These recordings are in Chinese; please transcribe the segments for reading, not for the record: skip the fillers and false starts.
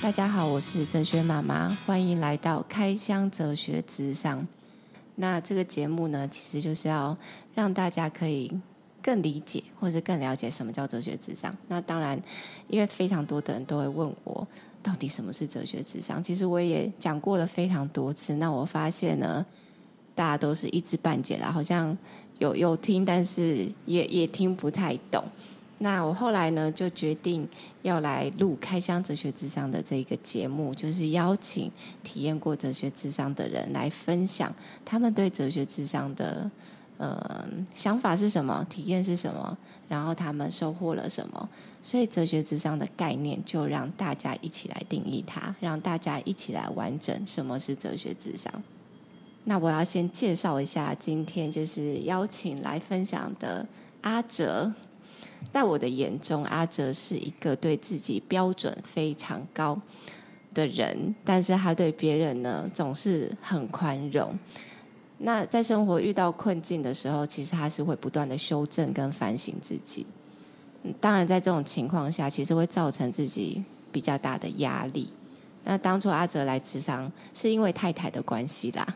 大家好，我是哲学妈妈，欢迎来到开箱哲学諮商。那这个节目呢，其实就是要让大家可以更理解或是更了解什么叫哲学諮商。那当然，因为非常多的人都会问我，到底什么是哲学諮商？其实我也讲过了非常多次。那我发现呢，大家都是一知半解啦，好像有听，但是也听不太懂。那我后来呢，就决定要来录开箱哲学諮商的这个节目，就是邀请体验过哲学諮商的人来分享他们对哲学諮商的想法是什么，体验是什么，然后他们收获了什么。所以哲学諮商的概念就让大家一起来定义它，让大家一起来完整什么是哲学諮商。那我要先介绍一下今天就是邀请来分享的阿哲。在我的眼中，阿哲是一个对自己标准非常高的人，但是他对别人呢总是很宽容。那在生活遇到困境的时候，其实他是会不断的修正跟反省自己。当然在这种情况下，其实会造成自己比较大的压力。那当初阿哲来諮商是因为太太的关系啦。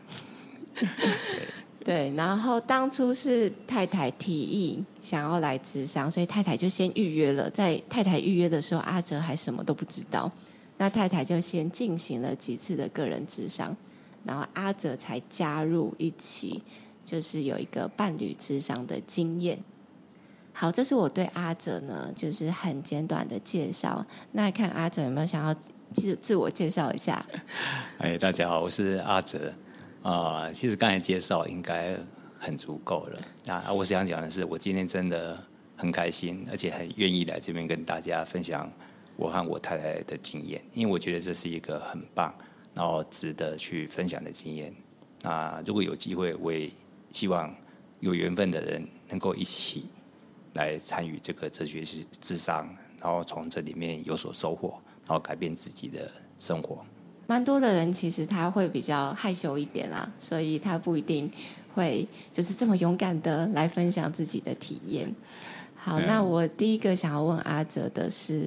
对，然后当初是太太提议想要来諮商，所以太太就先预约了。在太太预约的时候，阿哲还什么都不知道，那太太就先进行了几次的个人諮商，然后阿哲才加入一起，就是有一个伴侣諮商的经验。好，这是我对阿哲呢就是很简短的介绍。那看阿哲有没有想要自我介绍一下？ 大家好，我是阿哲。其实刚才介绍应该很足够了。那我想讲的是，我今天真的很开心，而且很愿意来这边跟大家分享我和我太太的经验，因为我觉得这是一个很棒，然后值得去分享的经验。那如果有机会，我也希望有缘分的人能够一起来参与这个哲学諮商，然后从这里面有所收获，然后改变自己的生活。 蛮多的人其实他会比较害羞一点啦，所以他不一定会就是这么勇敢的来分享自己的体验。好，那我第一个想要问阿哲的是，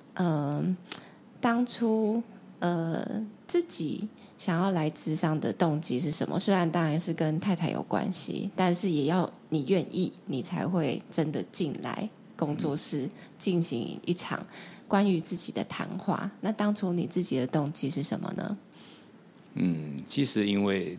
当初自己想要来諮商的动机是什么？虽然当然是跟太太有关系，但是也要你愿意，你才会真的进来工作室进行一场关于自己的谈话。那当初你自己的动机是什么呢？ 其实因为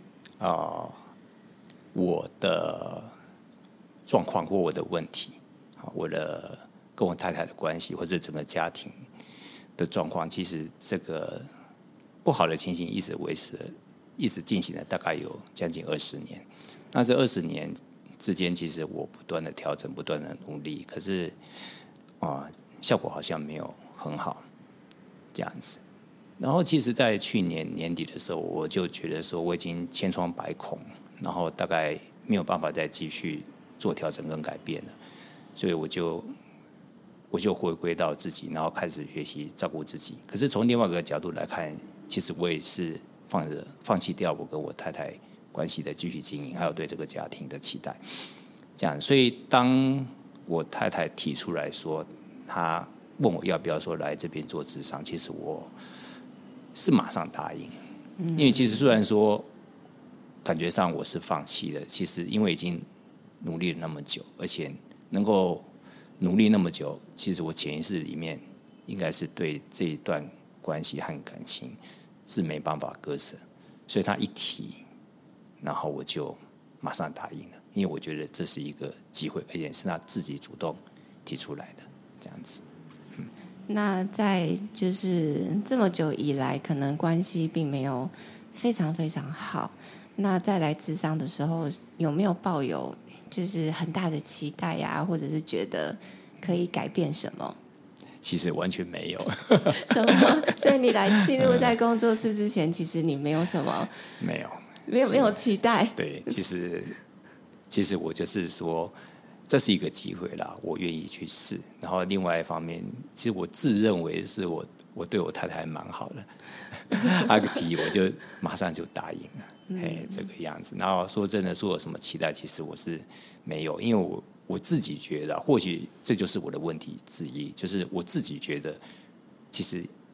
我的状况或我的问题，我的跟我太太的关系，或者整个家庭的状况，其实这个不好的情形一直维持了，一直进行了大概有将近20年。那这20年之间，其实我不断的调整，不断的努力，可是效果好像没有很好这样子。然后其实在去年年底的时候，我就觉得说我已经千疮百孔，然后大概没有办法再继续做调整跟改变了，所以我就回归到自己，然后开始学习照顾自己。可是从另外一个角度来看，其实我也是放弃掉我跟我太太关系的继续经营，还有对这个家庭的期待。这样，所以当我太太提出来说，她问我要不要说来这边做諮商，其实我是马上答应。因为其实虽然说感觉上我是放弃了，其实因为已经努力了那么久，而且能够努力那么久，其实我潜意识里面应该是对这一段关系和感情是没办法割舍，所以他一提，然后我就马上答应了，因为我觉得这是一个机会，而且是他自己主动提出来的这样子。 那在就是这么久以来，可能关系并没有非常非常好。那在来諮商的时候，有没有抱有就是很大的期待呀，或者是觉得可以改变什么？ 其实完全没有。 什么？所以你来进入在工作室之前，其实你没有什么，没有期待。 对，其实我就是说，这是一个机会啦，我愿意去试。然后另外一方面，其实我自认为是我对我太太还蛮好的，他提我就马上就答应了，这个样子。然后说真的，说有什么期待，其实我是没有，因为我自己觉得，或许这就是我的问题之一，就是我自己觉得，其实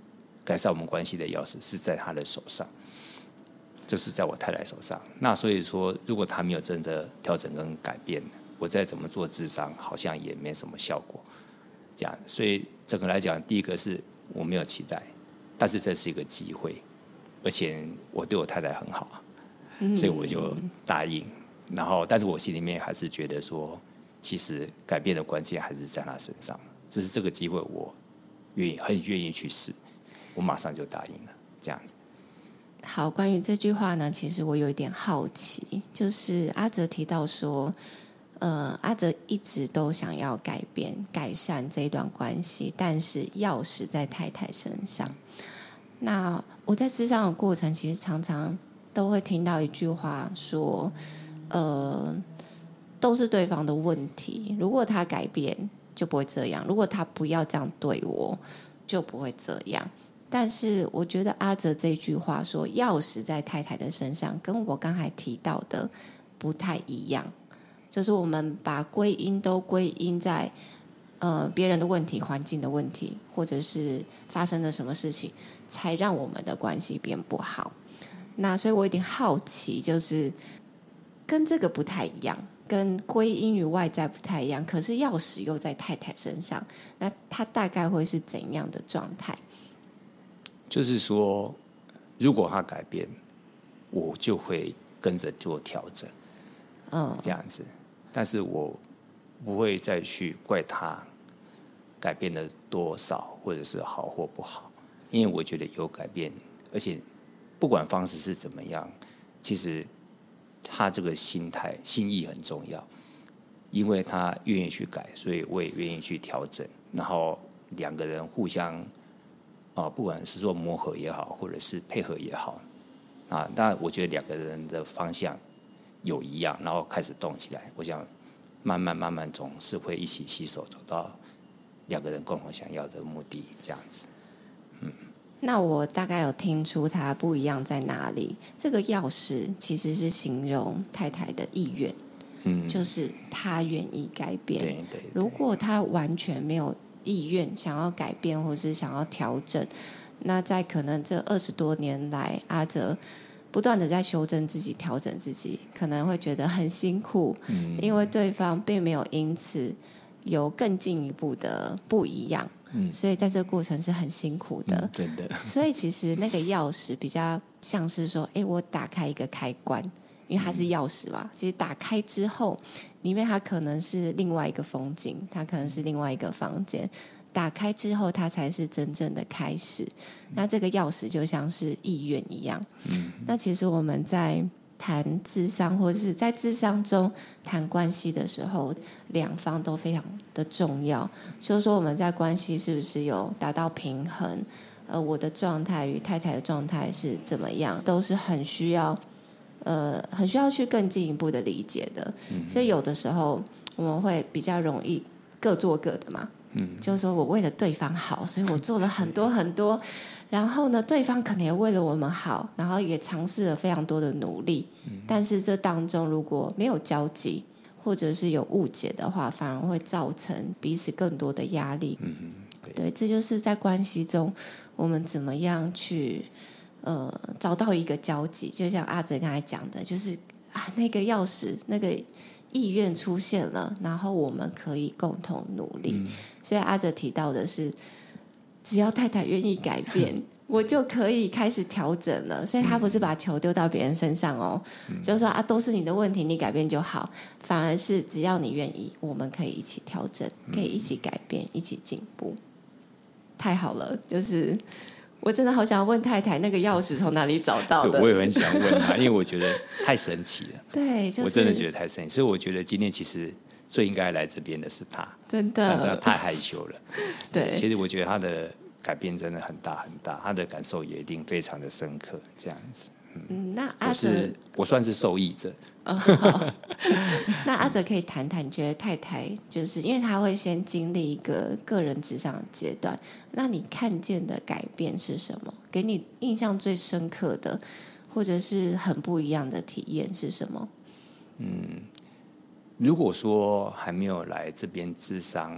改善我们关系的钥匙是在他的手上，就是在我太太手上。那所以说，如果他没有真的调整跟改变，我再怎么做諮商，好像也没什么效果。这样，所以整个来讲，第一个是我没有期待，但是这是一个机会，而且我对我太太很好，所以我就答应。然后，但是我心里面还是觉得说，其实改变的关键还是在他身上。只是这个机会，我很愿意去试，我马上就答应了，这样子。 好，关于这句话呢，其实我有一点好奇，就是阿哲提到说，阿哲一直都想要改变、改善这一段关系，但是钥匙在太太身上。那我在諮商的过程，其实常常都会听到一句话说，都是对方的问题，如果他改变就不会这样，如果他不要这样对我就不会这样。但是我觉得阿哲这句话说钥匙在太太的身上，跟我刚才提到的不太一样，就是我们把归因都归因在别人的问题、环境的问题，或者是发生了什么事情才让我们的关系变不好。那所以我有点好奇，就是跟这个不太一样，跟归因于外在不太一样，可是钥匙又在太太身上，那他大概会是怎样的状态？ 就是说，如果他改变，我就会跟着做调整，这样子。但是我不会再去怪他改变了多少，或者是好或不好，因为我觉得有改变，而且不管方式是怎么样，其实他这个心意很重要，因为他愿意去改，所以我也愿意去调整，然后两个人互相。不管是说磨合也好，或者是配合也好，那我觉得两个人的方向有一样，然后开始动起来，我想慢慢总是会一起携手走到两个人共同想要的目的，这样子。 那我大概有听出它不一样在哪里。这个钥匙其实是形容太太的意愿，就是她愿意改变。对，如果她完全没有意愿想要改变或是想要调整，那在可能这20多年来，阿哲不断的在修正自己、调整自己，可能会觉得很辛苦，因为对方并没有因此有更进一步的不一样，所以在这个过程是很辛苦的， 真的。 所以其实那个钥匙比较像是说，我打开一个开关，因为它是钥匙嘛，其实打开之后里面它可能是另外一个风景，它可能是另外一个房间，打开之后它才是真正的开始。那这个钥匙就像是意愿一样，那其实我们在谈諮商或者是在諮商中谈关系的时候，两方都非常的重要，就是说我们在关系是不是有达到平衡，我的状态与太太的状态是怎么样，都是很需要去更进一步的理解的。所以有的时候我们会比较容易各做各的嘛，就是说我为了对方好，所以我做了很多很多，然后呢对方可能也为了我们好，然后也尝试了非常多的努力，但是这当中如果没有交集或者是有误解的话，反而会造成彼此更多的压力。对，这就是在关系中我们怎么样去找到一个交集，就像阿哲刚才讲的，就是那个钥匙那个意愿出现了，然后我们可以共同努力。所以阿哲提到的是，只要太太愿意改变我就可以开始调整了。所以他不是把球丢到别人身上哦，就是说都是你的问题，你改变就好，反而是只要你愿意，我们可以一起调整，可以一起改变，一起进步。太好了，就是我真的好想问太太，那个钥匙从哪里找到的？ 我也很想问她，因为我觉得太神奇了。 对，就是， 我真的觉得太神奇，所以我觉得今天其实最应该来这边的是她， 真的， 但是她太害羞了。 对， 其实我觉得她的改变真的很大很大，她的感受也一定非常的深刻，这样子。 那阿哲， 我算是受益者。 那阿哲可以谈谈，你觉得太太就是因为她会先经历一个个人职场的阶段，那你看见的改变是什么？给你印象最深刻的，或者是很不一样的体验是什么？ 如果说还没有来这边諮商，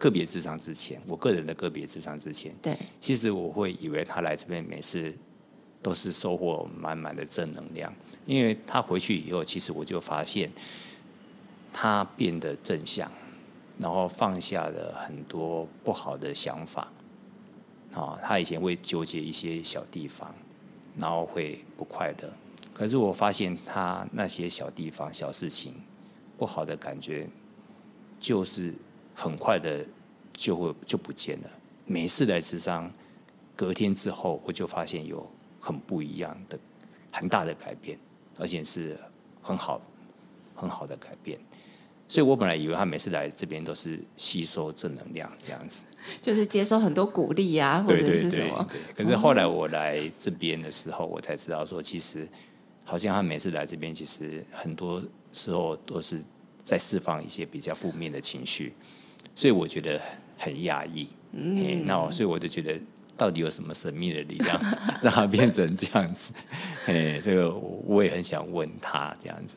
个别咨商之前，我个人的个别咨商之前， 对， 其实我会以为他来这边每次都是收获满满的正能量，因为他回去以后，其实我就发现他变得正向，然后放下了很多不好的想法。他以前会纠结一些小地方，然后会不快乐。可是我发现他那些小地方、小事情不好的感觉，就是很快的就不见了。每次来咨商，隔天之后，我就发现有很不一样的、很大的改变，而且是很好的改变。所以我本来以为他每次来这边都是吸收正能量这样子， 就是接受很多鼓励啊，或者是什么。 对。可是后来我来这边的时候，我才知道说，其实好像他每次来这边，其实很多时候都是在释放一些比较负面的情绪，所以我觉得很压抑。所以我就觉得，到底有什么神秘的力量让他变成这样子？这个我也很想问他这样子。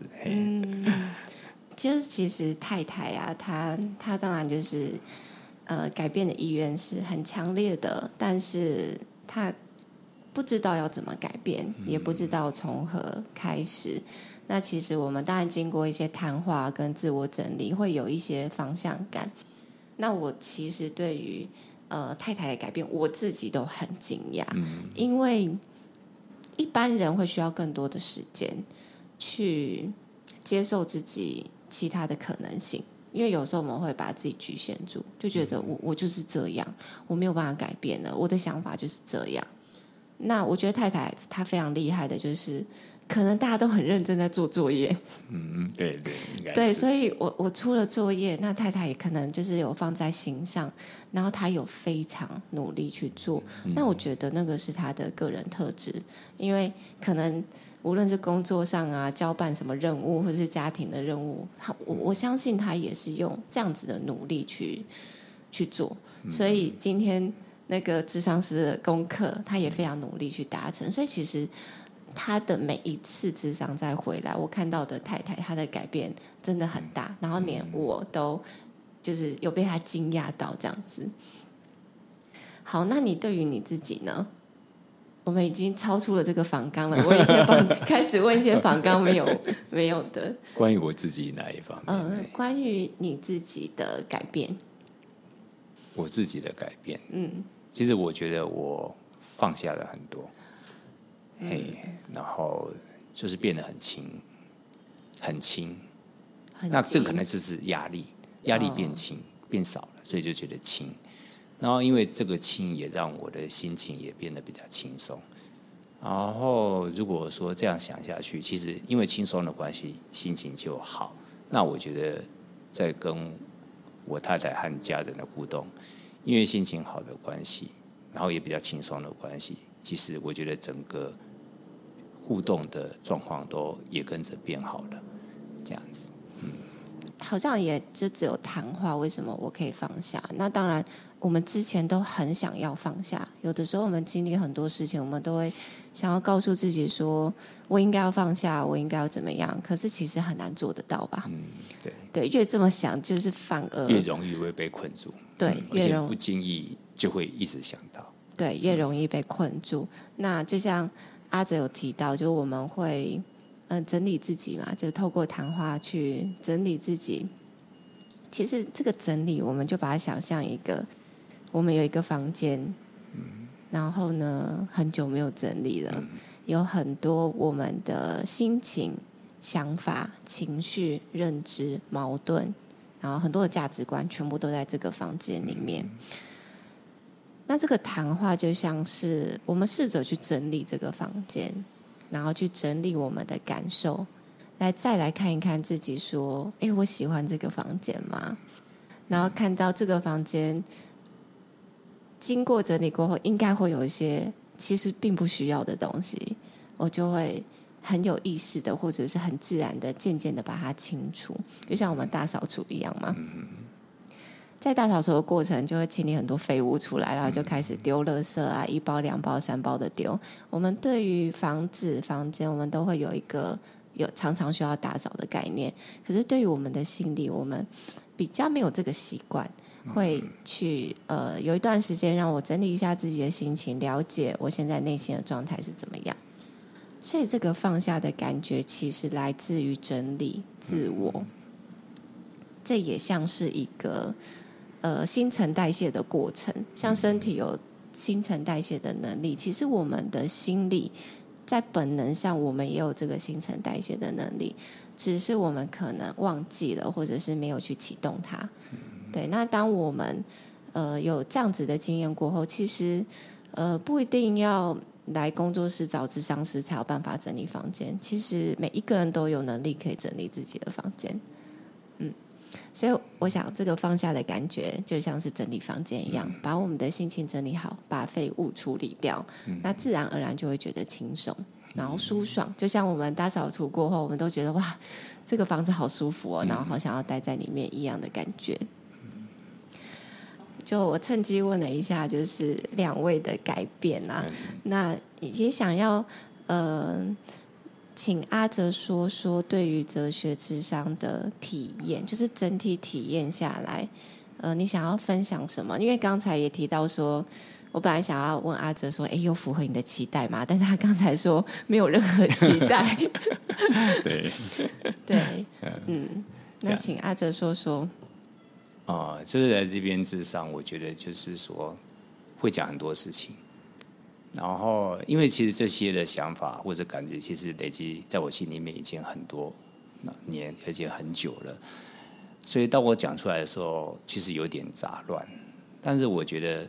就是其实太太啊，她当然就是改变的意愿是很强烈的，但是她不知道要怎么改变，也不知道从何开始。那其实我们当然经过一些谈话跟自我整理，会有一些方向感。那我其实对于太太的改变，我自己都很惊讶，因为一般人会需要更多的时间去接受自己其他的可能性，因为有时候我们会把自己局限住，就觉得我就是这样，我没有办法改变了，我的想法就是这样。那我觉得太太她非常厉害的就是，可能大家都很认真在做作业， 对，应该是对，所以我出了作业，那太太也可能就是有放在心上，然后她有非常努力去做。那我觉得那个是她的个人特质，因为可能无论是工作上啊，交办什么任务，或是家庭的任务，我相信她也是用这样子的努力去做。所以今天那个諮商师的功课，她也非常努力去达成。所以其实他的每一次諮商再回来，我看到的太太她的改变真的很大，然后连我都就是有被他惊讶到这样子。好，那你对于你自己呢？我们已经超出了这个访纲了，开始问一些访纲没有的。 关于我自己哪一方面？ 关于你自己的改变。 我自己的改变，其实我觉得我放下了很多。然后就是变得很轻，那这可能就是压力变轻，变少了，所以就觉得轻。然后因为这个轻，也让我的心情也变得比较轻松。然后如果说这样想下去，其实因为轻松的关系，心情就好。那我觉得在跟我太太和家人的互动，因为心情好的关系，然后也比较轻松的关系，其实我觉得整个互动的状况都也跟着变好了，这样子。 好像也就只有谈话，为什么我可以放下？那当然，我们之前都很想要放下，有的时候我们经历很多事情，我们都会想要告诉自己说，我应该要放下，我应该要怎么样？可是其实很难做得到吧？对，越这么想，就是反而越容易会被困住。 对， 而且不经意就会一直想到。 对，越容易被困住。那就像阿哲有提到，就我们会整理自己嘛，就透过谈话去整理自己。其实这个整理，我们就把它想象我们有一个房间，然后呢很久没有整理了，有很多我们的心情、想法、情绪、认知、矛盾，然后很多的价值观，全部都在这个房间里面。那这个谈话就像是我们试着去整理这个房间，然后去整理我们的感受，再来看一看自己说，我喜欢这个房间吗？然后看到这个房间经过整理过后，应该会有一些其实并不需要的东西，我就会很有意识的，或者是很自然的渐渐的把它清除，就像我们大扫除一样嘛。在大扫除的过程就会清理很多废物出来，然后就开始丢垃圾啊，1包2包3包的丢。我们对于房子房间，我们都会有一个常常需要打扫的概念，可是对于我们的心理，我们比较没有这个习惯。 会去有一段时间让我整理一下自己的心情，了解我现在内心的状态是怎么样。所以这个放下的感觉其实来自于整理自我，这也像是一个新陈代谢的过程。像身体有新陈代谢的能力，其实我们的心理在本能上我们也有这个新陈代谢的能力，只是我们可能忘记了，或者是没有去启动它。对，那当我们有这样子的经验过后，其实不一定要来工作室找咨商师才有办法整理房间，其实每一个人都有能力可以整理自己的房间。所以我想这个放下的感觉就像是整理房间一样，把我们的心情整理好，把废物处理掉，那自然而然就会觉得轻松，然后舒爽。就像我们大扫除过后，我们都觉得哇，这个房子好舒服哦，然后好想要待在里面一样的感觉。就我趁机问了一下，就是两位的改变啊，那以及想要请阿哲说说对于哲学諮商的体验，就是整体体验下来，你想要分享什么？因为刚才也提到说，我本来想要问阿哲说，有符合你的期待吗？但是他刚才说没有任何期待。 对对，那请阿哲说说。 就是在这边諮商，我觉得就是说会讲很多事情。然后，因为其实这些的想法或者感觉，其实累积在我心里面已经很多年，而且很久了。所以当我讲出来的时候，其实有点杂乱。但是我觉得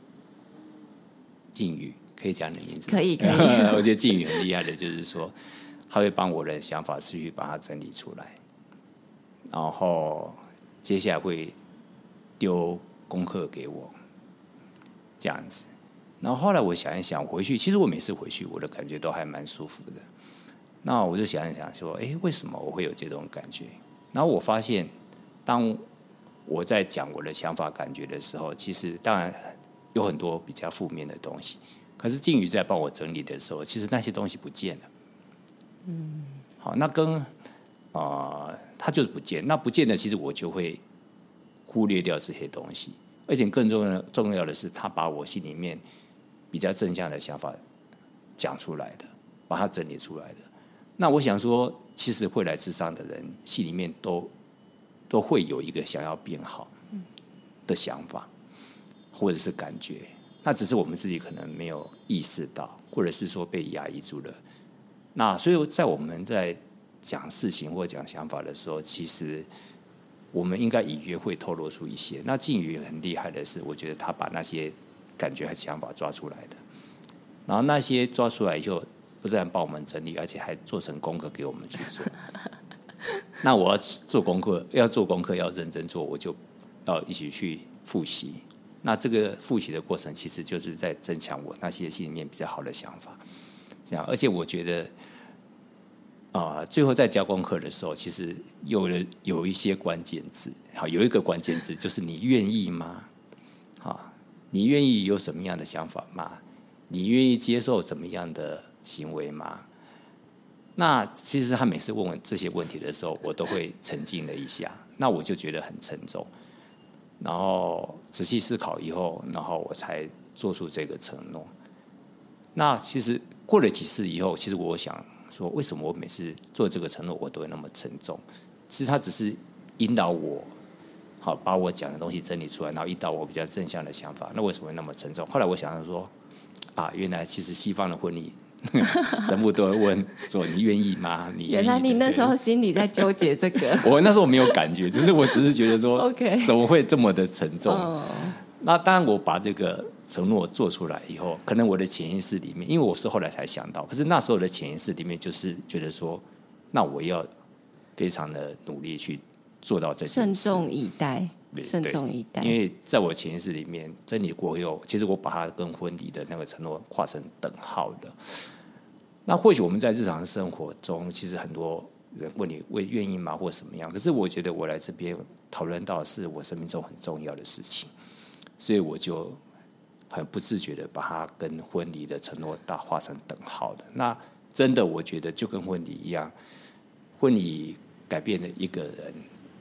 靖宇可以讲你的名字， 可以。 我觉得靖宇很厉害的，就是说他会帮我的想法去把它整理出来，然后接下来会丢功课给我，这样子。然后后来我想一想，回去其实我每次回去，我的感觉都还蛮舒服的。那我就想一想说，为什么我会有这种感觉？然后我发现，当我在讲我的想法、感觉的时候，其实当然有很多比较负面的东西。可是靖宇在帮我整理的时候，其实那些东西不见了。好，那跟他就是不见，那不见了，其实我就会忽略掉这些东西。而且更重要的是，他把我心里面比较正向的想法讲出来的，把它整理出来的。那我想说，其实会来諮商的人心里面都会有一个想要变好的想法，或者是感觉，那只是我们自己可能没有意识到，或者是说被压抑住了。那所以在我们在讲事情或讲想法的时候，其实我们应该隐约会透露出一些。那靖宇很厉害的是，我觉得他把那些感觉和想法抓出来的，然后那些抓出来以后，不但帮我们整理，而且还做成功课给我们去做。那我要做功课，要认真做，我就要一起去复习。那这个复习的过程，其实就是在增强我那些心里面比较好的想法。这样，而且我觉得最后在交功课的时候，其实有一些关键字，好，有一个关键字就是你愿意吗？好，你愿意有什么样的想法吗？你愿意接受什么样的行为吗？那其实他每次问我这些问题的时候，我都会沉静了一下，那我就觉得很沉重，然后仔细思考以后，然后我才做出这个承诺。那其实过了几次以后，其实我想说，为什么我每次做这个承诺，我都会那么沉重？其实他只是引导我，好把我讲的东西整理出来，然后引导我比较正向的想法。那为什么会那么沉重？后来我想说，原来其实西方的婚礼，神父都会问说：“你愿意吗？”你愿意？ 原来你那时候心里在纠结这个。 我那时候没有感觉，只是觉得说 ，OK， 怎么会这么的沉重？那当然，我把这个承诺做出来以后，可能我的潜意识里面，因为我是后来才想到，可是那时候的潜意识里面就是觉得说，那我要非常的努力去做到这件事， 慎重以待，慎重以待。 因为在我潜意识里面，整理过后，其实我把它跟婚礼的那个承诺画成等号的。那或许我们在日常生活中，其实很多人问你愿意吗，或什么样？可是我觉得我来这边讨论到的是我生命中很重要的事情。所以我就很不自觉的把它跟婚礼的承诺画成等号的。那真的，我觉得就跟婚礼一样，婚礼改变了一个人，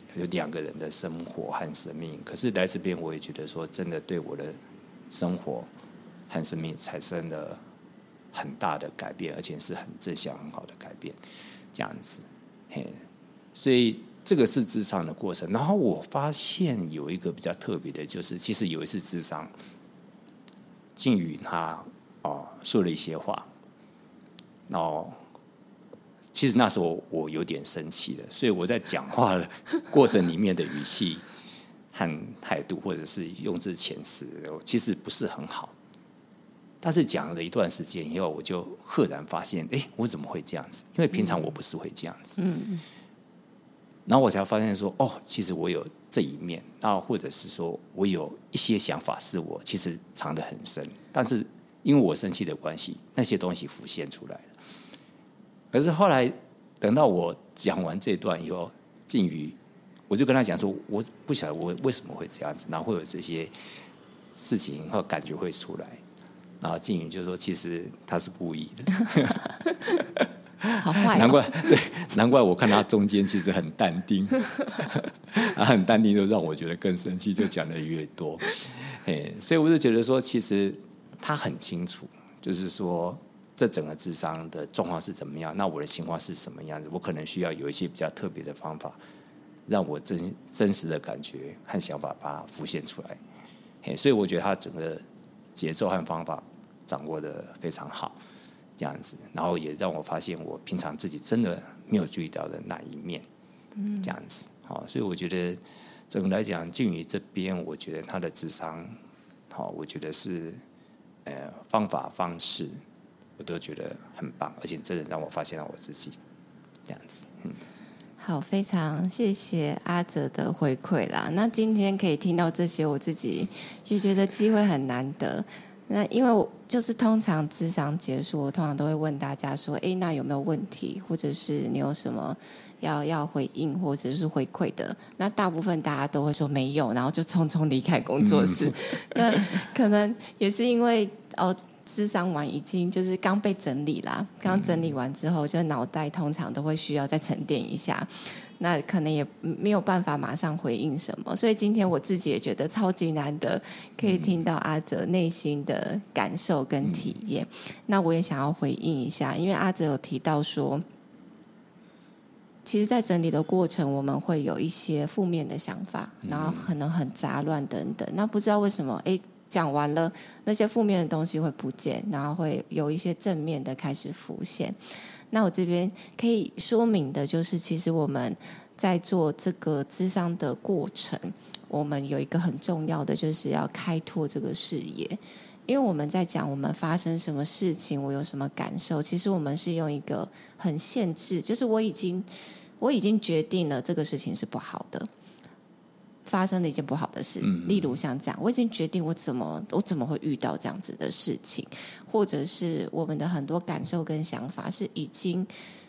有2个人的生活和生命。可是来这边，我也觉得说，真的对我的生活和生命产生了很大的改变，而且是很正向、很好的改变，这样子。所以这个是諮商的过程。然后我发现有一个比较特别的，就是其实有一次諮商，靖宇他说了一些话，然后其实那时候我有点生气了，所以我在讲话的过程里面的语气和态度，或者是用字遣词，其实不是很好。但是讲了一段时间以后，我就赫然发现，我怎么会这样子？因为平常我不是会这样子。然后我才发现说，其实我有这一面，然后或者是说我有一些想法是我其实藏得很深，但是因为我生气的关系，那些东西浮现出来了。可是后来等到我讲完这段以后，靖宇，我就跟他讲说，我不晓得我为什么会这样子，然后会有这些事情和感觉会出来。然后靖宇就说，其实他是故意的。 好坏难怪我看他中间其实很淡定，他很淡定就让我觉得更生气，就讲的越多。所以我就觉得说，其实他很清楚，就是说这整个諮商的状况是怎么样，那我的情况是什么样子，我可能需要有一些比较特别的方法，让我真实的感觉和想法把它浮现出来。所以我觉得他整个节奏和方法掌握的非常好。这样子，然后也让我发现我平常自己真的没有注意到的那一面，这样子。所以我觉得整个来讲，靖宇这边，我觉得他的諮商，我觉得是方法方式，我都觉得很棒，而且真的让我发现了我自己，这样子。 好，非常谢谢阿哲的回馈啦。那今天可以听到这些，我自己就觉得机会很难得。那因为我就是通常諮商结束，我通常都会问大家说，那有没有问题，或者是你有什么要回应或者是回馈的？那大部分大家都会说没有，然后就匆匆离开工作室。那可能也是因为諮商完已经就是刚被整理啦，刚整理完之后，就脑袋通常都会需要再沉淀一下。那可能也没有办法马上回应什么，所以今天我自己也觉得超级难得可以听到阿哲内心的感受跟体验。那我也想要回应一下，因为阿哲有提到说，其实在整理的过程我们会有一些负面的想法，然后可能很杂乱等等，那不知道为什么讲完了那些负面的东西会不见，然后会有一些正面的开始浮现。那我这边可以说明的就是，其实我们在做这个諮商的过程，我们有一个很重要的，就是要开拓这个视野。因为我们在讲我们发生什么事情，我有什么感受，其实我们是用一个很限制，就是我已经决定了这个事情是不好的，发生了一件不好的事，例如像这样，我已经决定我怎么会遇到这样子的事情，或者是我们的很多感受跟想法是已经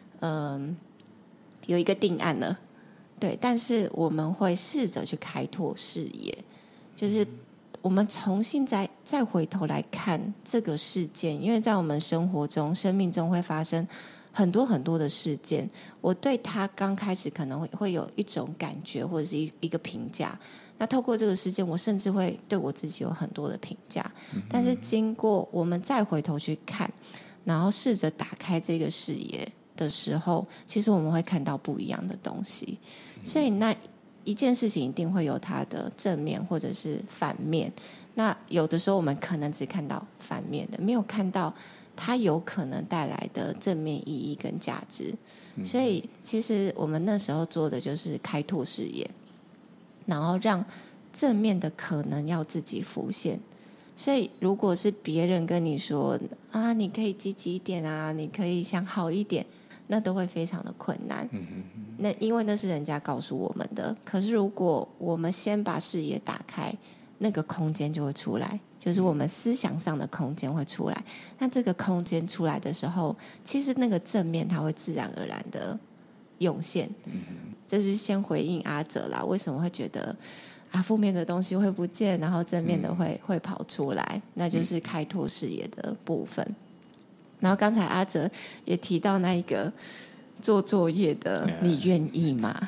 有一个定案了，对，但是我们会试着去开拓视野，就是我们重新再回头来看这个事件，因为在我们生活中、生命中会发生很多很多的事件，我对他刚开始可能会有一种感觉或者是一个评价，那透过这个事件我甚至会对我自己有很多的评价，但是经过我们再回头去看，然后试着打开这个视野的时候，其实我们会看到不一样的东西，所以那一件事情一定会有它的正面或者是反面，那有的时候我们可能只看到反面的，没有看到它有可能带来的正面意义跟价值，所以其实我们那时候做的就是开拓视野，然后让正面的可能要自己浮现。所以如果是别人跟你说啊，你可以积极一点啊，你可以想好一点，那都会非常的困难，那因为那是人家告诉我们的。可是如果我们先把视野打开，那个空间就会出来，就是我们思想上的空间会出来，那这个空间出来的时候，其实那个正面它会自然而然的涌现。这是先回应阿哲啦，为什么会觉得负面的东西会不见，然后正面的会跑出来，那就是开拓视野的部分。然后刚才阿哲也提到那一个做作业的，你愿意吗？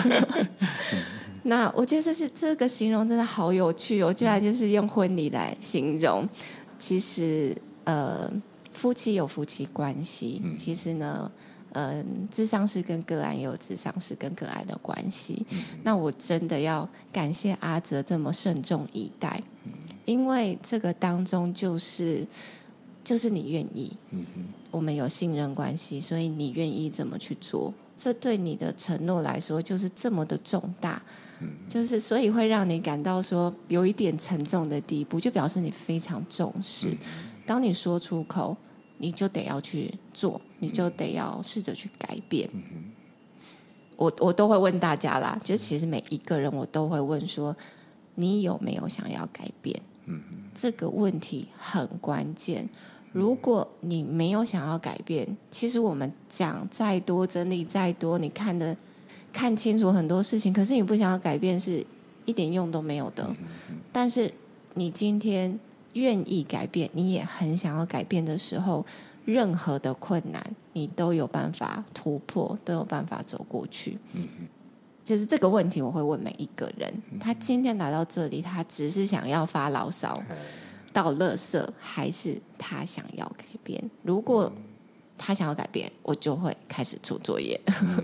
那我觉得这个形容真的好有趣哦，居然就是用婚礼来形容。其实夫妻有夫妻关系，其实呢諮商师跟个案也有諮商师跟个案的关系。那我真的要感谢阿哲这么慎重以待，因为这个当中就是你愿意，我们有信任关系，所以你愿意怎么去做，这对你的承诺来说就是这么的重大，就是所以会让你感到说有一点沉重的地步，就表示你非常重视。当你说出口，你就得要去做，你就得要试着去改变。我都会问大家啦，就其实每一个人我都会问说，你有没有想要改变？这个问题很关键。如果你没有想要改变，其实我们讲再多，整理再多，你看清楚很多事情，可是你不想要改变，是一点用都没有的。但是你今天愿意改变，你也很想要改变的时候，任何的困难你都有办法突破，都有办法走过去。就是这个问题我会问每一个人，他今天来到这里，他只是想要发牢骚倒垃圾，还是他想要改变？如果他想要改变，我就会开始出作业。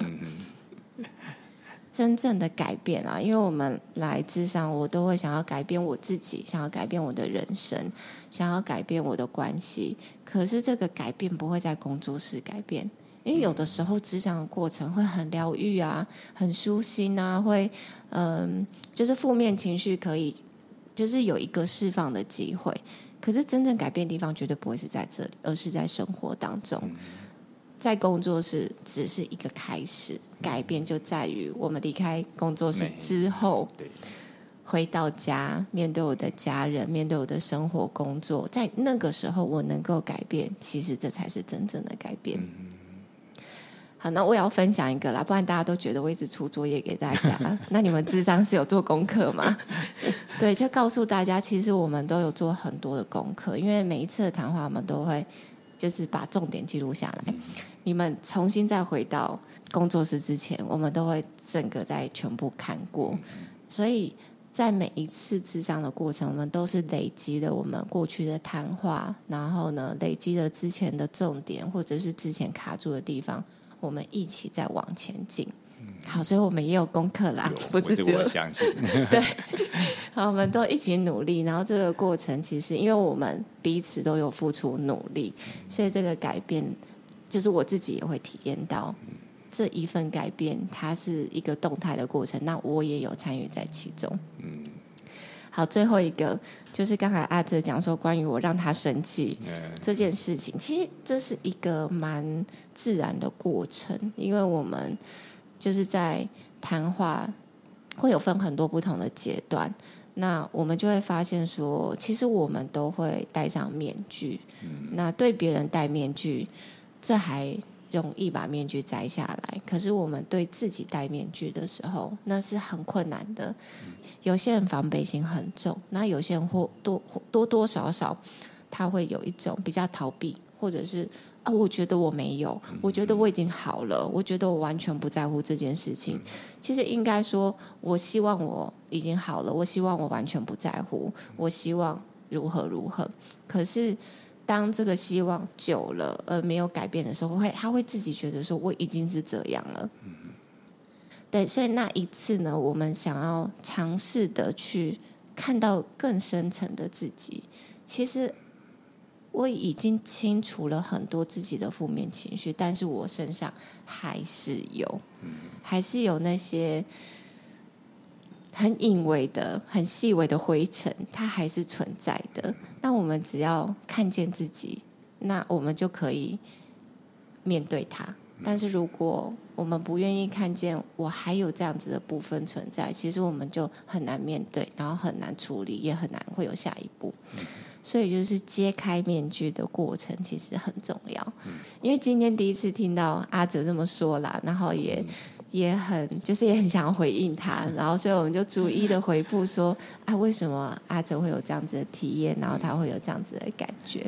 真正的改变啊，因为我们来諮商，我都会想要改变我自己，想要改变我的人生，想要改变我的关系。可是这个改变不会在工作室改变，因为有的时候諮商的过程会很疗愈啊，很舒心啊，会就是负面情绪可以就是有一个释放的机会。可是真正改变的地方绝对不会是在这里，而是在生活当中。在工作室只是一个开始，改变就在于我们离开工作室之后，回到家，面对我的家人，面对我的生活工作，在那个时候我能够改变，其实这才是真正的改变。好，那我也要分享一个啦，不然大家都觉得我一直出作业给大家。那你们諮商是有做功课吗？对，就告诉大家，其实我们都有做很多的功课，因为每一次的谈话我们都会就是把重点记录下来。你们重新再回到工作室之前，我们都会整个再全部看过。所以在每一次諮商的过程，我们都是累积了我们过去的谈话，然后呢累积了之前的重点，或者是之前卡住的地方，我们一起再往前进。好，所以我们也有功课啦，不是只有我相信。 对，好，我们都一起努力，然后这个过程其实因为我们彼此都有付出努力，所以这个改变就是我自己也会体验到这一份改变，它是一个动态的过程，那我也有参与在其中。好，最后一个就是刚才阿哲讲说关于我让他生气这件事情，其实这是一个蛮自然的过程，因为我们就是在谈话会有分很多不同的阶段，那我们就会发现说其实我们都会戴上面具，那对别人戴面具这还容易把面具摘下来，可是我们对自己戴面具的时候那是很困难的。有些人防备心很重，那有些人多多少少他会有一种比较逃避，或者是我觉得我没有，我觉得我已经好了，我觉得我完全不在乎这件事情。其实应该说我希望我已经好了，我希望我完全不在乎，我希望如何如何。可是当这个希望久了而没有改变的时候，他会自己觉得说我已经是这样了。对，所以那一次呢，我们想要尝试的去看到更深层的自己。其实我已经清除了很多自己的负面情绪，但是我身上还是有那些很隐微的很细微的灰尘，它还是存在的。那我们只要看见自己，那我们就可以面对它。但是如果我们不愿意看见我还有这样子的部分存在，其实我们就很难面对，然后很难处理，也很难会有下一步。所以就是揭开面具的过程其实很重要。因为今天第一次听到阿哲这么说啦，然后也很想要回应他，然后所以我们就逐一的回复说为什么阿哲会有这样子的体验，然后他会有这样子的感觉。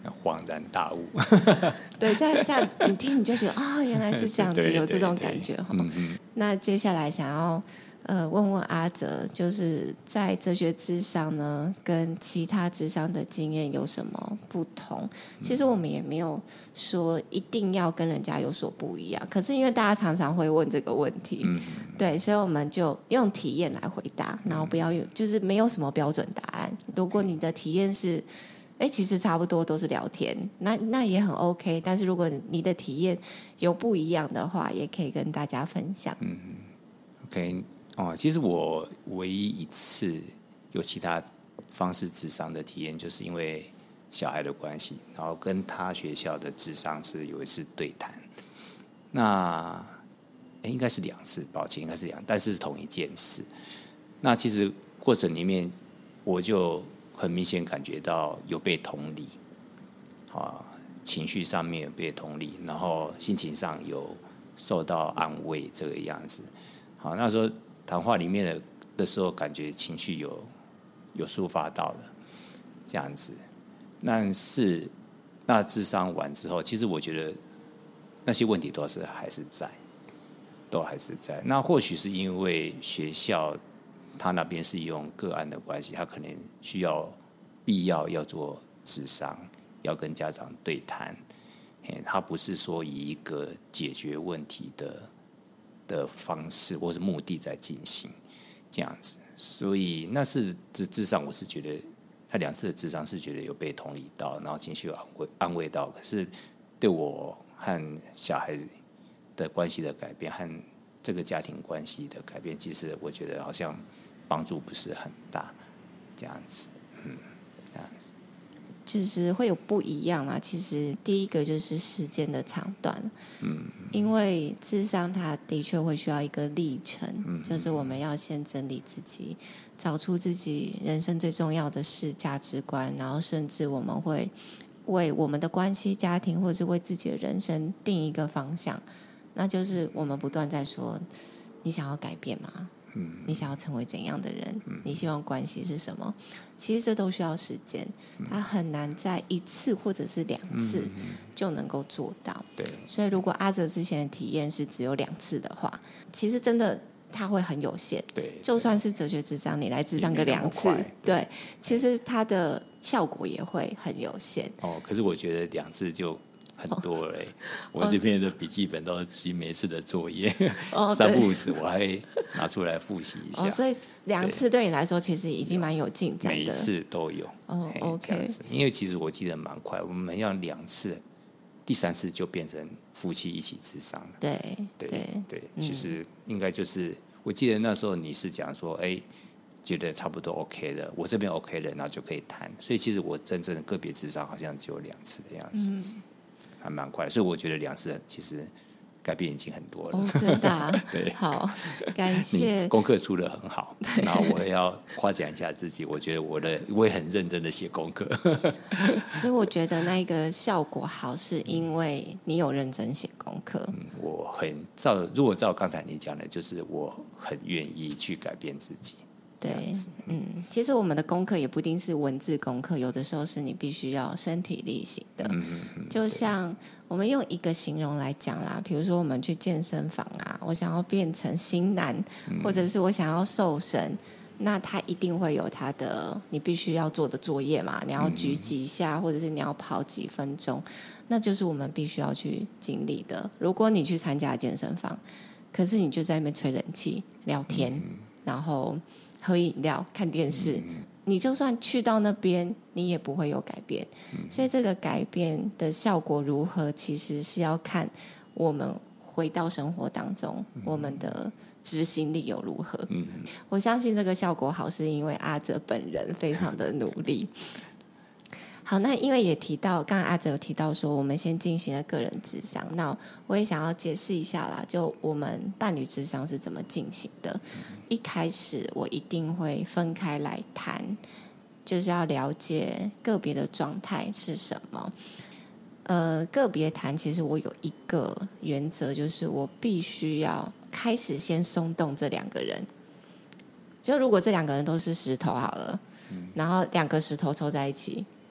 恍然大悟。 对，这样你听你就觉得原来是这样子， 对有这种感觉哈。那接下来想要问问阿哲，就是在哲学諮商呢，跟其他諮商的经验有什么不同？其实我们也没有说一定要跟人家有所不一样，可是因为大家常常会问这个问题，对，所以我们就用体验来回答，然后不要就是没有什么标准答案。如果你的体验是其实差不多都是聊天，那也很 OK。但是如果你的体验有不一样的话，也可以跟大家分享。 OK，其实我唯一一次有其他方式諮商的体验，就是因为小孩的关系，然后跟他学校的諮商是有一次对谈。那应该是2次，抱歉，应该是但是同一件事。那其实过程里面，我就很明显感觉到有被同理，情绪上面有被同理，然后心情上有受到安慰这个样子。好，那时候谈话里面的时候，感觉情绪有抒发到了这样子。但是那諮商完之后，其实我觉得那些问题都还是在。那或许是因为学校他那边是用个案的关系，他可能必要做諮商，要跟家长对谈，他不是说以一个解决问题的方式或是目的在进行这样子。所以那是諮商，我是觉得那2次的諮商是觉得有被同理到，然后情绪有安慰到。可是对我和小孩子的关系的改变和这个家庭关系的改变，其实我觉得好像帮助不是很大，这样子，这样子。 就是会有不一样啊。其实第一个就是时间的长短，因为諮商它的确会需要一个历程，就是我们要先整理自己，找出自己人生最重要的事、价值观，然后甚至我们会为我们的关系、家庭，或者是为自己的人生定一个方向。那就是我们不断在说，你想要改变吗？你想要成为怎样的人？你希望关系是什么？其实这都需要时间，它很难在1次或者是2次就能够做到。 对， 所以如果阿哲之前的体验是只有2次的话，其实真的它会很有限。 对， 就算是哲学諮商，你来諮商个2次，对，其实它的效果也会很有限。 可是我觉得2次就很多了我这边的笔记本都记每次的作业，3不5时我还拿出来复习一下。 所以2次对你来说其实已经蛮有进展的。 每一次都有。 OK。 因为其实我记得蛮快，我们要2次，第3次就变成夫妻一起諮商了。对，其实应该就是我记得那时候你是讲说，觉得差不多 OK 了，我这边 OK 了，然后就可以谈。所以其实我真正的个别諮商好像只有2次的样子。还蛮快，所以我觉得2次其实改变已经很多了。 真的啊？ 对， 好，感谢。 你功课出得很好，然后我也要夸奖一下自己，我觉得我也很认真的写功课。 所以我觉得那个效果好，是因为你有认真写功课。 我如果照刚才你讲的，就是我很愿意去改变自己。 对，其实我们的功课也不一定是文字功课，有的时候是你必须要身体力行的。就像我们用一个形容来讲啦，比如说我们去健身房啊，我想要变成型男，或者是我想要瘦身，那它一定会有它的你必须要做的作业嘛，你要举几下，或者是你要跑几分钟，那就是我们必须要去经历的。如果你去参加健身房，可是你就在那边吹冷气、聊天，然后喝饮料、看电视，你就算去到那边，你也不会有改变。所以这个改变的效果如何，其实是要看我们回到生活当中，我们的执行力有如何。我相信这个效果好，是因为阿哲本人非常的努力。好，那因为也提到，刚刚阿哲有提到说，我们先进行了个人諮商，那我也想要解释一下啦，就我们伴侣諮商是怎么进行的。一开始我一定会分开来谈，就是要了解个别的状态是什么。个别谈，其实我有一个原则，就是我必须要开始先松动这2个人。就如果这2个人都是石头好了，然后2个石头凑在一起，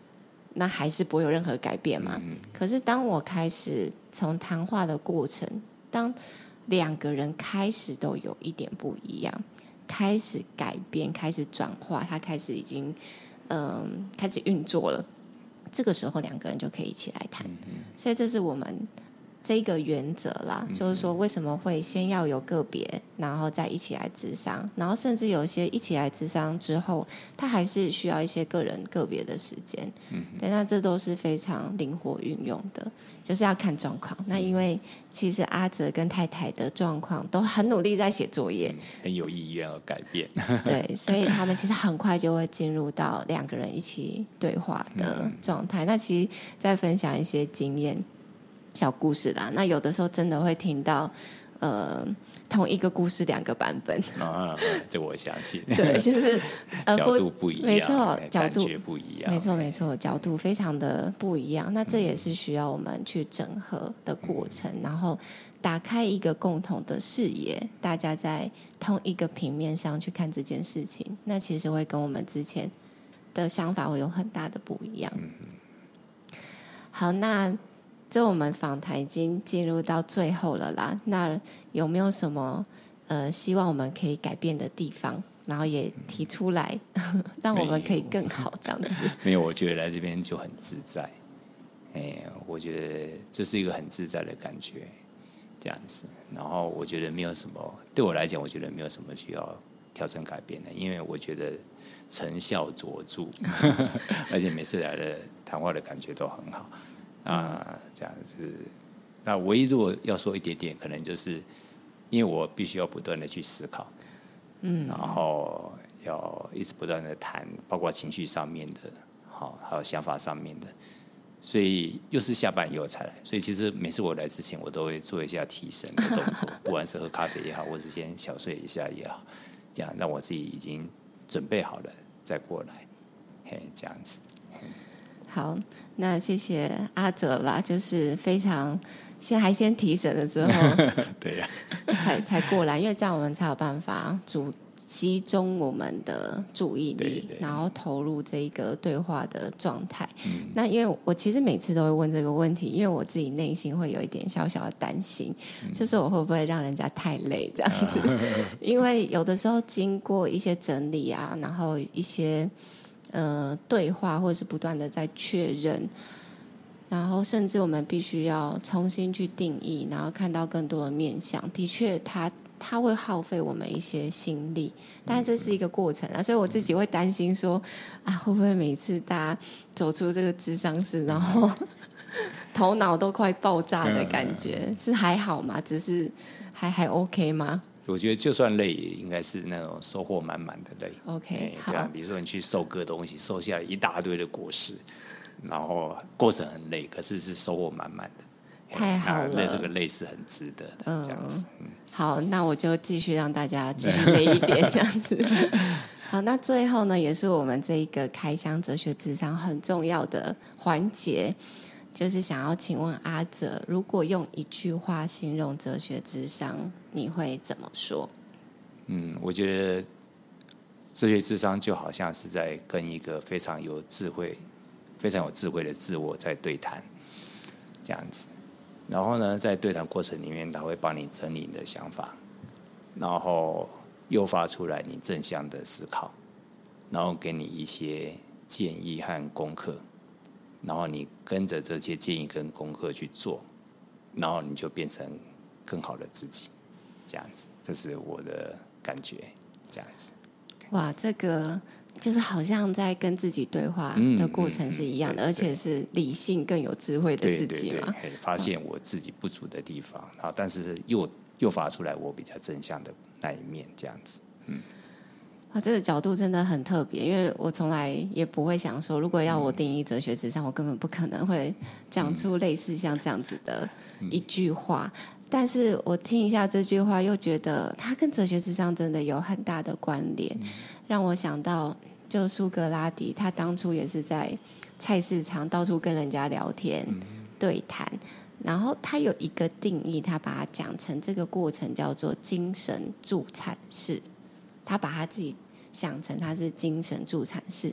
那还是不会有任何改变嘛。可是当我开始从谈话的过程，当两个人开始都有一点不一样，开始改变，开始转化，他开始已经开始运作了，这个时候两个人就可以一起来谈。所以这是我们这个原则啦，就是说为什么会先要有个别，然后再一起来咨商，然后甚至有些一起来咨商之后，他还是需要一些个人个别的时间。对，那这都是非常灵活运用的，就是要看状况。那因为其实阿哲跟太太的状况都很努力在写作业， 很有意愿而改变。 对，所以他们其实很快就会进入到两个人一起对话的状态。那其实再分享一些经验小故事啦，那有的时候真的会听到同一个故事两个版本。 这我相信。 对，就是角度不一样， 没错，角度感觉不一样， 没错，角度非常的不一样。那这也是需要我们去整合的过程，然后打开一个共同的视野，大家在同一个平面上去看这件事情，那其实会跟我们之前的想法会有很大的不一样。好，那这我们访谈已经进入到最后了啦，那有没有什么希望我们可以改变的地方，然后也提出来让我们可以更好这样子？ 没有，我觉得来这边就很自在。我觉得这是一个很自在的感觉，这样子。然后我觉得没有什么，对我来讲，我觉得没有什么需要调整改变的，因为我觉得成效卓著，而且每次来的谈话的感觉都很好。这样子。那唯一如果要说一点点，可能就是因为我必须要不断的去思考，然后要一直不断的谈，包括情绪上面的，还有想法上面的，所以又是下班以后才来，所以其实每次我来之前，我都会做一下提神的动作，不管是喝咖啡也好，或是先小睡一下也好，这样让我自己已经准备好了再过来，这样子。 好，那谢谢阿哲啦，就是非常还先提神了之后， 对呀， 才过来，因为这样我们才有办法集中我们的注意力， 对， 然后投入这个对话的状态。那因为我其实每次都会问这个问题，因为我自己内心会有一点小小的担心，就是我会不会让人家太累这样子？因为有的时候经过一些整理啊，然后一些对话，或者是不断的在确认，然后甚至我们必须要重新去定义，然后看到更多的面向。的确它会耗费我们一些心力，但是这是一个过程啊，所以我自己会担心说会不会每次大家走出这个諮商室，然后头脑都快爆炸的感觉，是还好吗？只是还 OK 吗？ 我觉得就算累，也应该是那种收获满满的累。 OK， 对啊，比如说你去收割东西，收下来一大堆的果实，然后过程很累，可是是收获满满的。 太好了， 这个累是很值得的，这样子。 好，那我就继续让大家继续累一点，这样子。好，那最后呢，也是我们这一个开箱哲学諮商很重要的环节，就是想要请问阿哲，如果用一句话形容哲学諮商，你会怎么说？ 我觉得哲学諮商就好像是在跟一个非常有智慧的自我在对谈，这样子。然后呢，在对谈过程里面，他会帮你整理你的想法，然后诱发出来你正向的思考，然后给你一些建议和功课，然后你跟着这些建议跟功课去做，然后你就变成更好的自己，这样子。这是我的感觉，这样子。 哇，这个就是好像在跟自己对话的过程是一样的，而且是理性更有智慧的自己嘛。 对，发现我自己不足的地方，然后但是诱发出来我比较正向的那一面，这样子。 这个角度真的很特别，因为我从来也不会想说，如果要我定义哲学諮商，我根本不可能会讲出类似像这样子的一句话。但是我听一下这句话，又觉得它跟哲学諮商真的有很大的关联，让我想到就苏格拉底，他当初也是在菜市场到处跟人家聊天对谈，然后他有一个定义，他把它讲成这个过程叫做精神助产士，他把他自己想成他是精神助产士，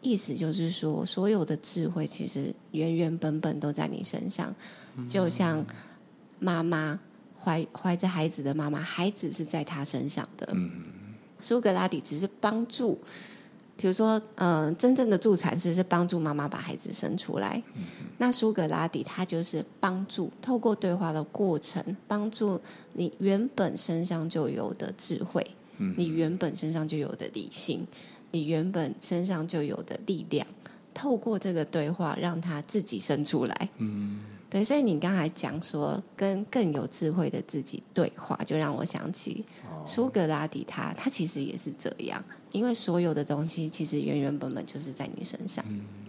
意思就是说，所有的智慧其实原原本本都在你身上，就像妈妈怀着孩子的妈妈，孩子是在她身上的。苏格拉底只是帮助，比如说，真正的助产士是帮助妈妈把孩子生出来，那苏格拉底他就是帮助，透过对话的过程，帮助你原本身上就有的智慧，你原本身上就有的理性，你原本身上就有的力量，透过这个对话让他自己生出来。对，所以你刚才讲说跟更有智慧的自己对话，就让我想起苏格拉底他其实也是这样，因为所有的东西其实原原本本就是在你身上。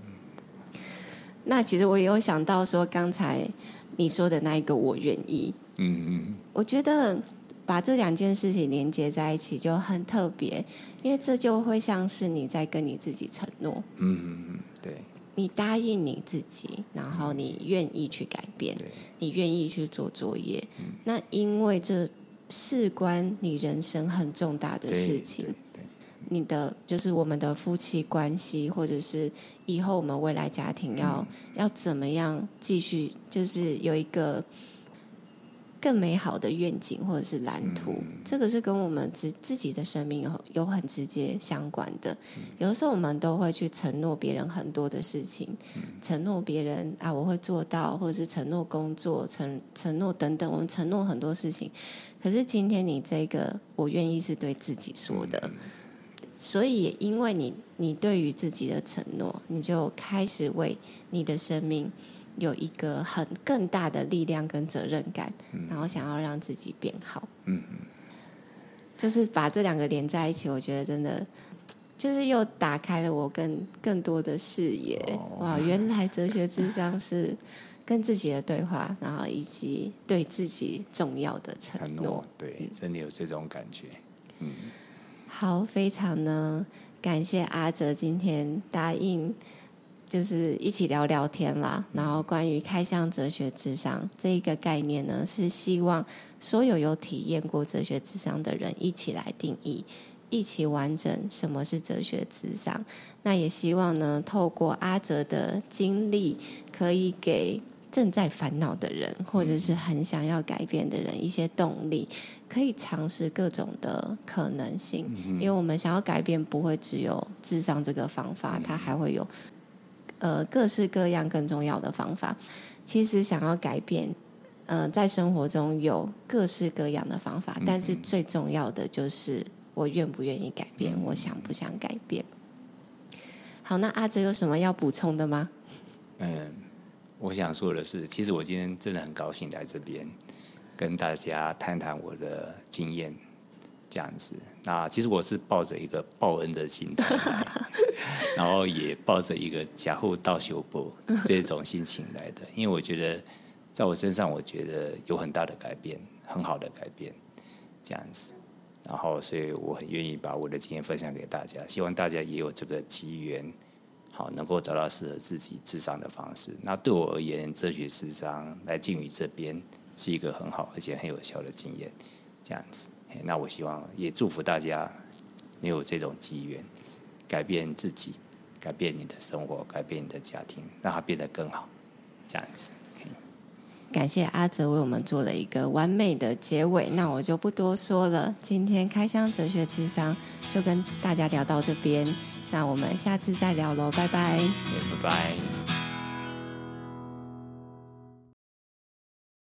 那其实我也有想到说刚才你说的那一个我愿意，我觉得把这两件事情连接在一起就很特别，因为这就会像是你在跟你自己承诺。 对， 你答应你自己，然后你愿意去改变，你愿意去做作业，那因为这事关你人生很重大的事情，你的就是我们的夫妻关系，或者是以后我们未来家庭要怎么样继续，就是有一个更美好的愿景或者是蓝图，这个是跟我们自己的生命有很直接相关的。有的时候我们都会去承诺别人很多的事情，承诺别人啊我会做到，或者是承诺工作，承诺等等，我们承诺很多事情。可是今天你这个我愿意是对自己说的，所以也因为你对于自己的承诺，你就开始为你的生命有一个更大的力量跟责任感，然后想要让自己变好。就是把这两个连在一起，我觉得真的就是又打开了我更多的视野。哇，原来哲学諮商是跟自己的对话，然后以及对自己重要的承诺。 对，真的有这种感觉。 好，非常呢感谢阿哲今天答应就是一起聊聊天啦，然后关于开箱哲学諮商这一个概念呢，是希望所有体验过哲学諮商的人一起来定义，一起完整什么是哲学諮商。那也希望呢，透过阿哲的经历，可以给正在烦恼的人，或者是很想要改变的人一些动力，可以尝试各种的可能性。因为我们想要改变，不会只有諮商这个方法，它还会有各式各样更重要的方法。其实想要改变，在生活中有各式各样的方法，但是最重要的就是我愿不愿意改变，我想不想改变。好，那阿哲有什么要补充的吗？ 我想说的是，其实我今天真的很高兴来这边跟大家谈谈我的经验，这样子。那其实我是抱着一个报恩的心态来然后也抱着一个假后道修补这种心情来的，因为我觉得在我身上，我觉得有很大的改变，很好的改变，这样子。然后，所以我很愿意把我的经验分享给大家，希望大家也有这个机缘，好能够找到适合自己諮商的方式。那对我而言，哲学諮商来靖宇这边是一个很好而且很有效的经验，这样子。那我希望也祝福大家能有这种机缘，改变自己，改变你的生活，改变你的家庭，让它变得更好，这样子。 感谢阿哲为我们做了一个完美的结尾，那我就不多说了。今天开箱哲学諮商就跟大家聊到这边，那我们下次再聊咯，拜拜。 拜拜。